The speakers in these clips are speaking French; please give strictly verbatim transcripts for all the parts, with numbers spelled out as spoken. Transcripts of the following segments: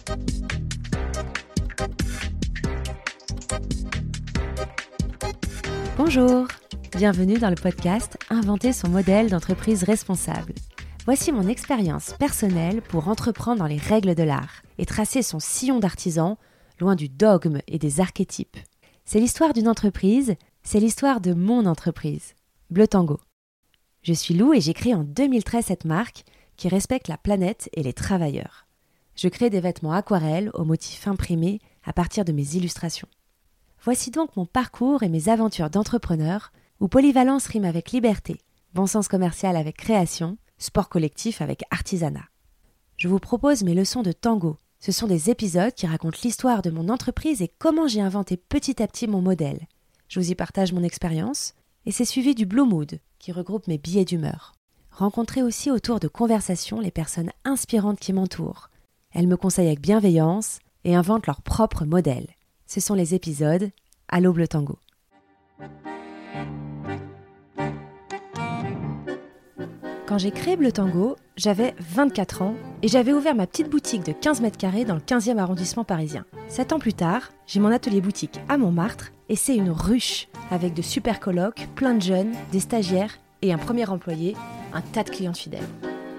Bonjour, bienvenue dans le podcast Inventer son modèle d'entreprise responsable. Voici mon expérience personnelle pour entreprendre dans les règles de l'art et tracer son sillon d'artisan, loin du dogme et des archétypes. C'est l'histoire d'une entreprise, c'est l'histoire de mon entreprise, Bleu Tango. Je suis Lou et j'ai créé en deux mille treize cette marque qui respecte la planète et les travailleurs. Je crée des vêtements aquarelles aux motifs imprimés à partir de mes illustrations. Voici donc mon parcours et mes aventures d'entrepreneur où polyvalence rime avec liberté, bon sens commercial avec création, sport collectif avec artisanat. Je vous propose mes leçons de tango. Ce sont des épisodes qui racontent l'histoire de mon entreprise et comment j'ai inventé petit à petit mon modèle. Je vous y partage mon expérience et c'est suivi du Blue Mood qui regroupe mes billets d'humeur. Rencontrez aussi autour de conversations les personnes inspirantes qui m'entourent. Elles me conseillent avec bienveillance et inventent leur propre modèle. Ce sont les épisodes Allô Bleu Tango. Quand j'ai créé Bleu Tango, j'avais vingt-quatre ans et j'avais ouvert ma petite boutique de quinze mètres carrés dans le quinzième arrondissement parisien. Sept ans plus tard, j'ai mon atelier boutique à Montmartre et c'est une ruche avec de super colocs, plein de jeunes, des stagiaires et un premier employé, un tas de clientes fidèles.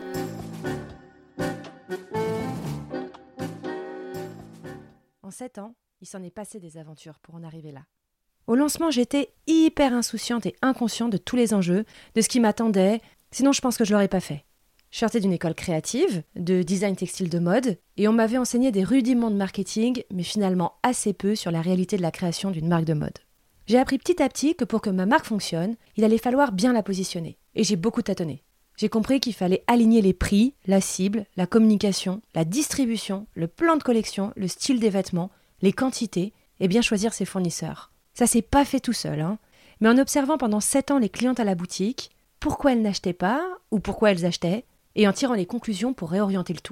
En sept ans, il s'en est passé des aventures pour en arriver là. Au lancement, j'étais hyper insouciante et inconsciente de tous les enjeux, de ce qui m'attendait, sinon je pense que je l'aurais pas fait. Je sortais d'une école créative, de design textile de mode, et on m'avait enseigné des rudiments de marketing, mais finalement assez peu sur la réalité de la création d'une marque de mode. J'ai appris petit à petit que pour que ma marque fonctionne, il allait falloir bien la positionner, et j'ai beaucoup tâtonné. J'ai compris qu'il fallait aligner les prix, la cible, la communication, la distribution, le plan de collection, le style des vêtements, les quantités, et bien choisir ses fournisseurs. Ça s'est pas fait tout seul, hein. Mais en observant pendant sept ans les clientes à la boutique, pourquoi elles n'achetaient pas ou pourquoi elles achetaient, et en tirant les conclusions pour réorienter le tout.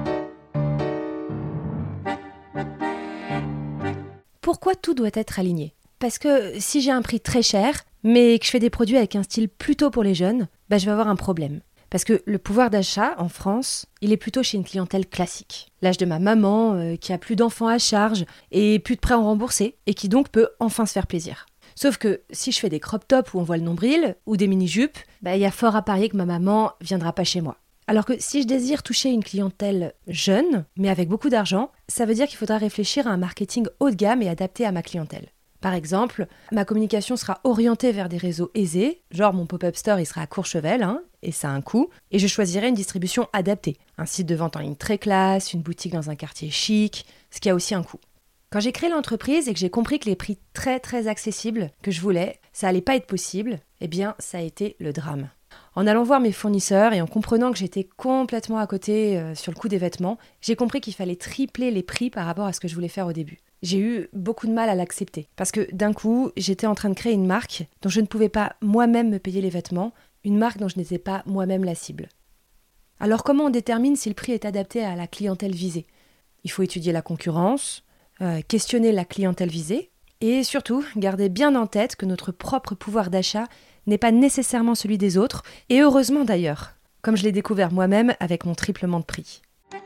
Pourquoi tout doit être aligné ? Parce que si j'ai un prix très cher, mais que je fais des produits avec un style plutôt pour les jeunes, bah je vais avoir un problème. Parce que le pouvoir d'achat, en France, il est plutôt chez une clientèle classique. L'âge de ma maman, euh, qui a plus d'enfants à charge et plus de prêts à rembourser, et qui donc peut enfin se faire plaisir. Sauf que si je fais des crop tops où on voit le nombril, ou des mini-jupes, bah, y a fort à parier que ma maman viendra pas chez moi. Alors que si je désire toucher une clientèle jeune, mais avec beaucoup d'argent, ça veut dire qu'il faudra réfléchir à un marketing haut de gamme et adapté à ma clientèle. Par exemple, ma communication sera orientée vers des réseaux aisés, genre mon pop-up store il sera à Courchevel, hein, et ça a un coût, et je choisirai une distribution adaptée, un site de vente en ligne très classe, une boutique dans un quartier chic, ce qui a aussi un coût. Quand j'ai créé l'entreprise et que j'ai compris que les prix très très accessibles que je voulais, ça allait pas être possible, eh bien ça a été le drame. En allant voir mes fournisseurs et en comprenant que j'étais complètement à côté euh, sur le coût des vêtements, j'ai compris qu'il fallait tripler les prix par rapport à ce que je voulais faire au début. J'ai eu beaucoup de mal à l'accepter parce que d'un coup, j'étais en train de créer une marque dont je ne pouvais pas moi-même me payer les vêtements, une marque dont je n'étais pas moi-même la cible. Alors comment on détermine si le prix est adapté à la clientèle visée ? Il faut étudier la concurrence, euh, questionner la clientèle visée et surtout garder bien en tête que notre propre pouvoir d'achat n'est pas nécessairement celui des autres, et heureusement d'ailleurs, comme je l'ai découvert moi-même avec mon triplement de prix.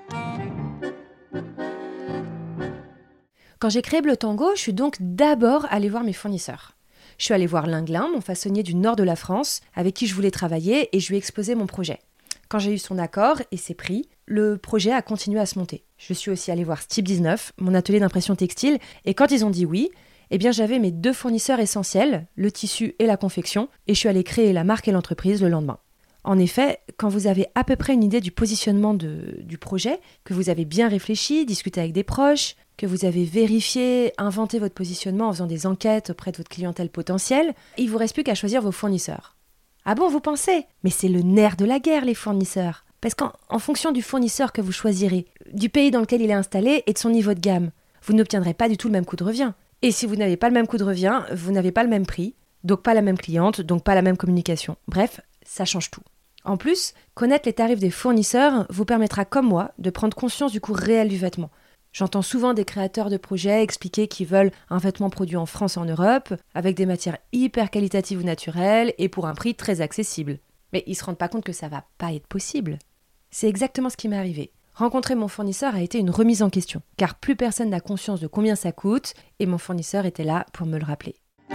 Quand j'ai créé Bleu Tango, je suis donc d'abord allée voir mes fournisseurs. Je suis allée voir Linguelin, mon façonnier du nord de la France, avec qui je voulais travailler, et je lui ai exposé mon projet. Quand j'ai eu son accord et ses prix, le projet a continué à se monter. Je suis aussi allée voir Stip dix-neuf, mon atelier d'impression textile, et quand ils ont dit oui, eh bien j'avais mes deux fournisseurs essentiels, le tissu et la confection, et je suis allée créer la marque et l'entreprise le lendemain. En effet, quand vous avez à peu près une idée du positionnement de, du projet, que vous avez bien réfléchi, discuté avec des proches, que vous avez vérifié, inventé votre positionnement en faisant des enquêtes auprès de votre clientèle potentielle, il ne vous reste plus qu'à choisir vos fournisseurs. Ah bon, vous pensez ? Mais c'est le nerf de la guerre, les fournisseurs. Parce qu'en en fonction du fournisseur que vous choisirez, du pays dans lequel il est installé et de son niveau de gamme, vous n'obtiendrez pas du tout le même coût de revient. Et si vous n'avez pas le même coût de revient, vous n'avez pas le même prix, donc pas la même cliente, donc pas la même communication. Bref, ça change tout. En plus, connaître les tarifs des fournisseurs vous permettra, comme moi, de prendre conscience du coût réel du vêtement. J'entends souvent des créateurs de projets expliquer qu'ils veulent un vêtement produit en France et en Europe, avec des matières hyper qualitatives ou naturelles, et pour un prix très accessible. Mais ils ne se rendent pas compte que ça va pas être possible. C'est exactement ce qui m'est arrivé. Rencontrer mon fournisseur a été une remise en question, car plus personne n'a conscience de combien ça coûte, et mon fournisseur était là pour me le rappeler.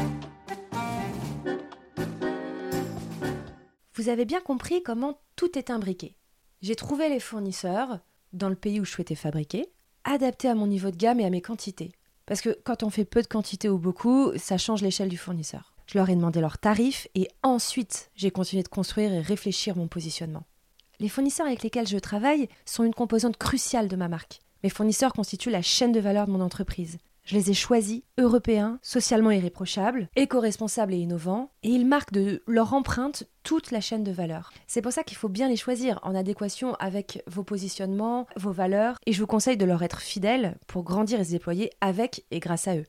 Vous avez bien compris comment tout est imbriqué. J'ai trouvé les fournisseurs dans le pays où je souhaitais fabriquer, adaptés à mon niveau de gamme et à mes quantités. Parce que quand on fait peu de quantité ou beaucoup, ça change l'échelle du fournisseur. Je leur ai demandé leurs tarifs et ensuite, j'ai continué de construire et réfléchir mon positionnement. Les fournisseurs avec lesquels je travaille sont une composante cruciale de ma marque. Mes fournisseurs constituent la chaîne de valeur de mon entreprise. Je les ai choisis, européens, socialement irréprochables, éco-responsables et innovants, et ils marquent de leur empreinte toute la chaîne de valeur. C'est pour ça qu'il faut bien les choisir en adéquation avec vos positionnements, vos valeurs, et je vous conseille de leur être fidèles pour grandir et se déployer avec et grâce à eux.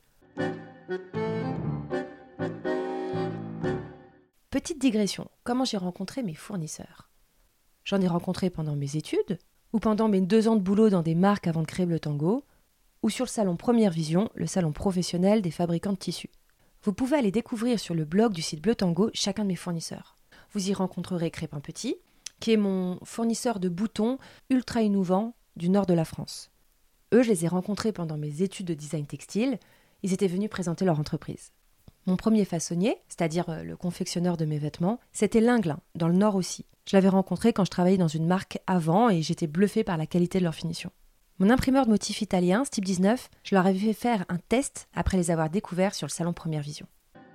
Petite digression, comment j'ai rencontré mes fournisseurs ? J'en ai rencontré pendant mes études, ou pendant mes deux ans de boulot dans des marques avant de créer Bleu Tango, ou sur le salon Première Vision, le salon professionnel des fabricants de tissus. Vous pouvez aller découvrir sur le blog du site Bleu Tango chacun de mes fournisseurs. Vous y rencontrerez Crépin Petit, qui est mon fournisseur de boutons ultra innovant du nord de la France. Eux, je les ai rencontrés pendant mes études de design textile. Ils étaient venus présenter leur entreprise. Mon premier façonnier, c'est-à-dire le confectionneur de mes vêtements, c'était Linguelin, dans le nord aussi. Je l'avais rencontré quand je travaillais dans une marque avant et j'étais bluffée par la qualité de leur finition. Mon imprimeur de motifs italien, Style dix-neuf, je leur avais fait faire un test après les avoir découverts sur le salon Première Vision.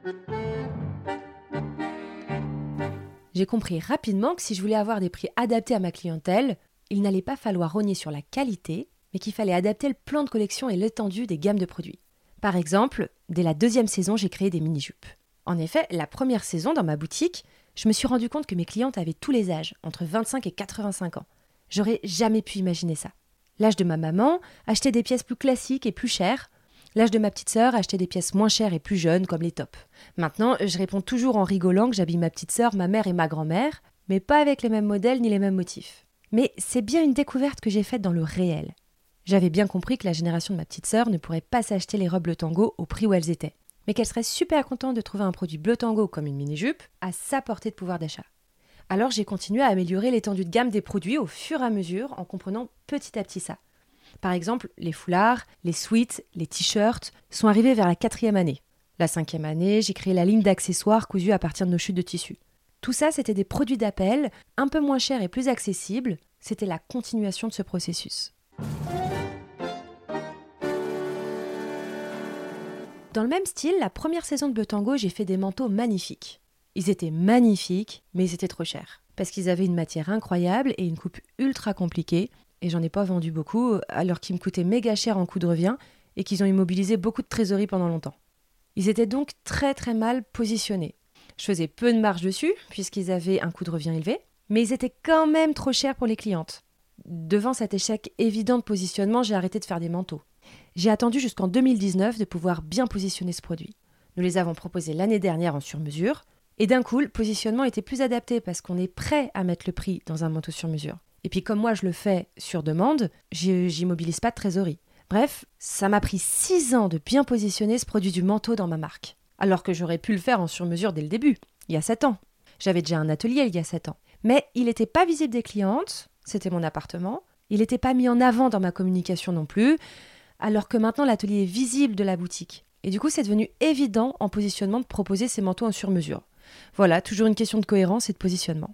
J'ai compris rapidement que si je voulais avoir des prix adaptés à ma clientèle, il n'allait pas falloir rogner sur la qualité, mais qu'il fallait adapter le plan de collection et l'étendue des gammes de produits. Par exemple, dès la deuxième saison, j'ai créé des mini-jupes. En effet, la première saison, dans ma boutique, je me suis rendu compte que mes clientes avaient tous les âges, entre vingt-cinq et quatre-vingt-cinq ans. J'aurais jamais pu imaginer ça. L'âge de ma maman, acheter des pièces plus classiques et plus chères. L'âge de ma petite sœur, acheter des pièces moins chères et plus jeunes, comme les tops. Maintenant, je réponds toujours en rigolant que j'habille ma petite sœur, ma mère et ma grand-mère, mais pas avec les mêmes modèles ni les mêmes motifs. Mais c'est bien une découverte que j'ai faite dans le réel. J'avais bien compris que la génération de ma petite sœur ne pourrait pas s'acheter les robes Bleu Tango au prix où elles étaient, mais qu'elle serait super contente de trouver un produit Bleu Tango comme une mini-jupe à sa portée de pouvoir d'achat. Alors j'ai continué à améliorer l'étendue de gamme des produits au fur et à mesure en comprenant petit à petit ça. Par exemple, les foulards, les sweats, les t-shirts sont arrivés vers la quatrième année. La cinquième année, j'ai créé la ligne d'accessoires cousus à partir de nos chutes de tissu. Tout ça, c'était des produits d'appel, un peu moins chers et plus accessibles. C'était la continuation de ce processus. Dans le même style, la première saison de Bleu Tango, j'ai fait des manteaux magnifiques. Ils étaient magnifiques, mais ils étaient trop chers. Parce qu'ils avaient une matière incroyable et une coupe ultra compliquée. Et j'en ai pas vendu beaucoup, alors qu'ils me coûtaient méga cher en coût de revient et qu'ils ont immobilisé beaucoup de trésorerie pendant longtemps. Ils étaient donc très très mal positionnés. Je faisais peu de marge dessus, puisqu'ils avaient un coût de revient élevé, mais ils étaient quand même trop chers pour les clientes. Devant cet échec évident de positionnement, j'ai arrêté de faire des manteaux. J'ai attendu jusqu'en deux mille dix-neuf de pouvoir bien positionner ce produit. Nous les avons proposés l'année dernière en sur-mesure, et d'un coup, le positionnement était plus adapté parce qu'on est prêt à mettre le prix dans un manteau sur-mesure. Et puis comme moi je le fais sur demande, j'immobilise pas de trésorerie. Bref, ça m'a pris six ans de bien positionner ce produit du manteau dans ma marque. Alors que j'aurais pu le faire en sur-mesure dès le début, il y a sept ans. J'avais déjà un atelier il y a sept ans. Mais il n'était pas visible des clientes, c'était mon appartement. Il n'était pas mis en avant dans ma communication non plus, alors que maintenant l'atelier est visible de la boutique. Et du coup, c'est devenu évident en positionnement de proposer ces manteaux en sur-mesure. Voilà, toujours une question de cohérence et de positionnement.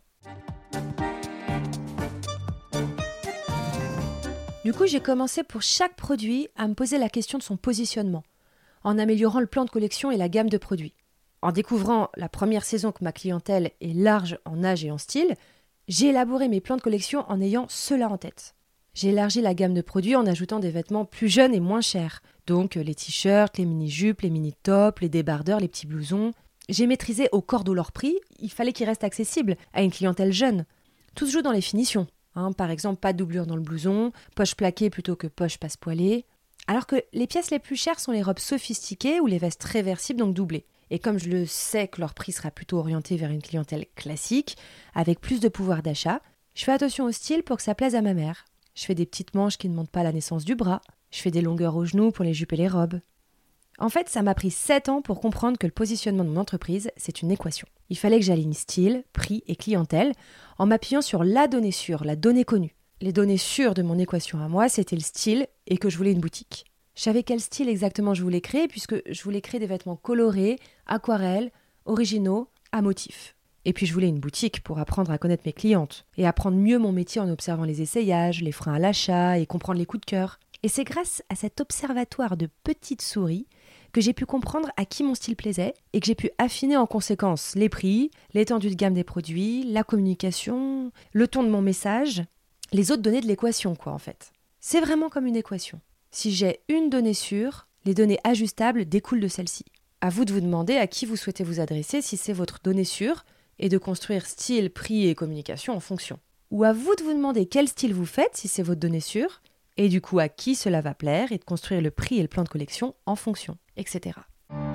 Du coup, j'ai commencé pour chaque produit à me poser la question de son positionnement, en améliorant le plan de collection et la gamme de produits. En découvrant la première saison que ma clientèle est large en âge et en style, j'ai élaboré mes plans de collection en ayant cela en tête. J'ai élargi la gamme de produits en ajoutant des vêtements plus jeunes et moins chers, donc les t-shirts, les mini-jupes, les mini-tops, les débardeurs, les petits blousons. J'ai maîtrisé au cordeau leur prix, il fallait qu'ils restent accessibles à une clientèle jeune. Tout se joue dans les finitions. Hein, par exemple, pas de doublure dans le blouson, poche plaquée plutôt que poche passe-poilée. Alors que les pièces les plus chères sont les robes sophistiquées ou les vestes réversibles, donc doublées. Et comme je le sais que leur prix sera plutôt orienté vers une clientèle classique, avec plus de pouvoir d'achat, je fais attention au style pour que ça plaise à ma mère. Je fais des petites manches qui ne montent pas la naissance du bras. Je fais des longueurs aux genoux pour les jupes et les robes. En fait, ça m'a pris sept ans pour comprendre que le positionnement de mon entreprise, c'est une équation. Il fallait que j'aligne style, prix et clientèle en m'appuyant sur la donnée sûre, la donnée connue. Les données sûres de mon équation à moi, c'était le style et que je voulais une boutique. Je savais quel style exactement je voulais créer puisque je voulais créer des vêtements colorés, aquarelles, originaux, à motifs. Et puis je voulais une boutique pour apprendre à connaître mes clientes et apprendre mieux mon métier en observant les essayages, les freins à l'achat et comprendre les coups de cœur. Et c'est grâce à cet observatoire de petites souris que j'ai pu comprendre à qui mon style plaisait et que j'ai pu affiner en conséquence les prix, l'étendue de gamme des produits, la communication, le ton de mon message, les autres données de l'équation quoi en fait. C'est vraiment comme une équation. Si j'ai une donnée sûre, les données ajustables découlent de celle-ci. À vous de vous demander à qui vous souhaitez vous adresser si c'est votre donnée sûre et de construire style, prix et communication en fonction. Ou à vous de vous demander quel style vous faites si c'est votre donnée sûre et du coup à qui cela va plaire et de construire le prix et le plan de collection en fonction, et cetera.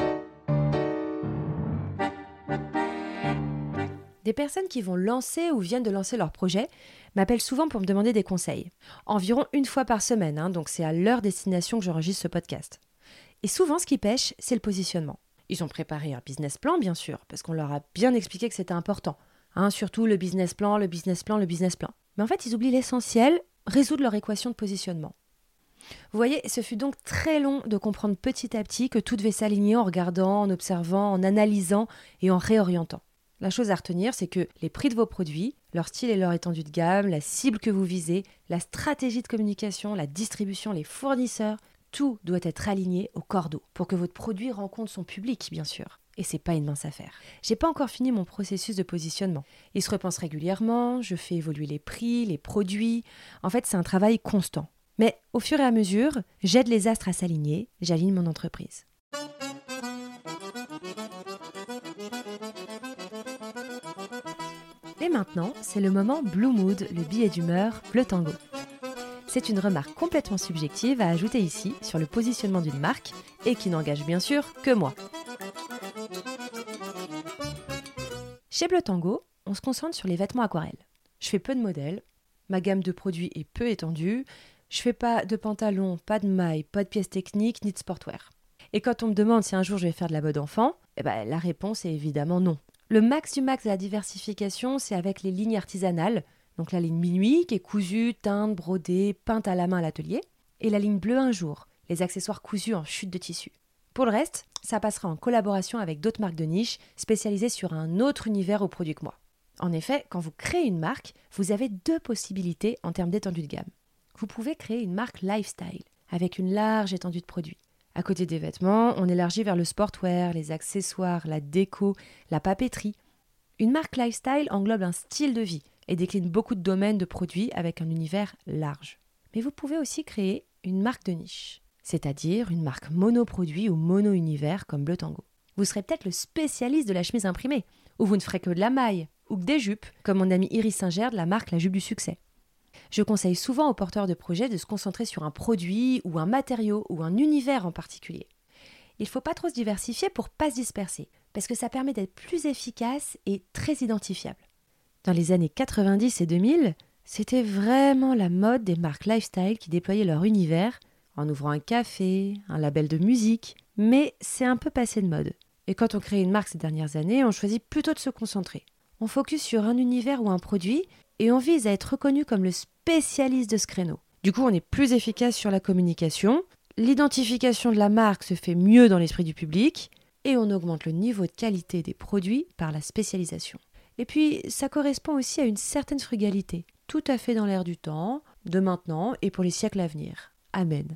Des personnes qui vont lancer ou viennent de lancer leur projet m'appellent souvent pour me demander des conseils. Environ une fois par semaine, hein, donc c'est à leur destination que j'enregistre ce podcast. Et souvent, ce qui pêche, c'est le positionnement. Ils ont préparé un business plan, bien sûr, parce qu'on leur a bien expliqué que c'était important. Hein, surtout le business plan, le business plan, le business plan. Mais en fait, ils oublient l'essentiel, résoudre leur équation de positionnement. Vous voyez, ce fut donc très long de comprendre petit à petit que tout devait s'aligner en regardant, en observant, en analysant et en réorientant. La chose à retenir, c'est que les prix de vos produits, leur style et leur étendue de gamme, la cible que vous visez, la stratégie de communication, la distribution, les fournisseurs, tout doit être aligné au cordeau pour que votre produit rencontre son public, bien sûr. Et c'est pas une mince affaire. J'ai pas encore fini mon processus de positionnement. Il se repense régulièrement, je fais évoluer les prix, les produits. En fait, c'est un travail constant. Mais au fur et à mesure, j'aide les astres à s'aligner, j'aligne mon entreprise. Et maintenant, c'est le moment Blue Mood, le billet d'humeur Bleu Tango. C'est une remarque complètement subjective à ajouter ici sur le positionnement d'une marque et qui n'engage bien sûr que moi. Chez Bleu Tango, on se concentre sur les vêtements aquarelles. Je fais peu de modèles, ma gamme de produits est peu étendue, je fais pas de pantalons, pas de mailles, pas de pièces techniques ni de sportwear. Et quand on me demande si un jour je vais faire de la mode enfant, eh ben, la réponse est évidemment non. Le max du max de la diversification, c'est avec les lignes artisanales, donc la ligne Minuit qui est cousue, teinte, brodée, peinte à la main à l'atelier, et la ligne Bleu un jour, les accessoires cousus en chute de tissu. Pour le reste, ça passera en collaboration avec d'autres marques de niche spécialisées sur un autre univers aux produits que moi. En effet, quand vous créez une marque, vous avez deux possibilités en termes d'étendue de gamme. Vous pouvez créer une marque lifestyle, avec une large étendue de produits. À côté des vêtements, on élargit vers le sportwear, les accessoires, la déco, la papeterie. Une marque lifestyle englobe un style de vie et décline beaucoup de domaines de produits avec un univers large. Mais vous pouvez aussi créer une marque de niche, c'est-à-dire une marque monoproduit ou mono-univers comme Bleu Tango. Vous serez peut-être le spécialiste de la chemise imprimée, ou vous ne ferez que de la maille, ou que des jupes, comme mon amie Iris Singer de la marque La Jupe du Succès. Je conseille souvent aux porteurs de projets de se concentrer sur un produit ou un matériau ou un univers en particulier. Il ne faut pas trop se diversifier pour ne pas se disperser, parce que ça permet d'être plus efficace et très identifiable. Dans les années quatre-vingt-dix et deux mille, c'était vraiment la mode des marques lifestyle qui déployaient leur univers en ouvrant un café, un label de musique, mais c'est un peu passé de mode. Et quand on crée une marque ces dernières années, on choisit plutôt de se concentrer. On focus sur un univers ou un produit et on vise à être reconnu comme le spécialiste de ce créneau. Du coup, on est plus efficace sur la communication, l'identification de la marque se fait mieux dans l'esprit du public et on augmente le niveau de qualité des produits par la spécialisation. Et puis, ça correspond aussi à une certaine frugalité, tout à fait dans l'air du temps, de maintenant et pour les siècles à venir. Amen.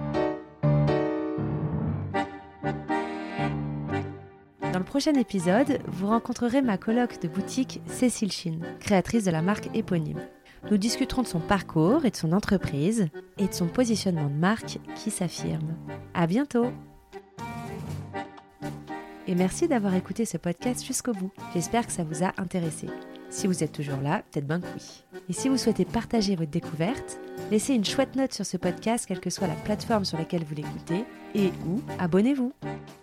Dans le prochain épisode, vous rencontrerez ma coloc de boutique Cécile Chine, créatrice de la marque éponyme. Nous discuterons de son parcours et de son entreprise et de son positionnement de marque qui s'affirme. À bientôt! Et merci d'avoir écouté ce podcast jusqu'au bout. J'espère que ça vous a intéressé. Si vous êtes toujours là, peut-être ben que oui. Et si vous souhaitez partager votre découverte, laissez une chouette note sur ce podcast, quelle que soit la plateforme sur laquelle vous l'écoutez, et ou abonnez-vous.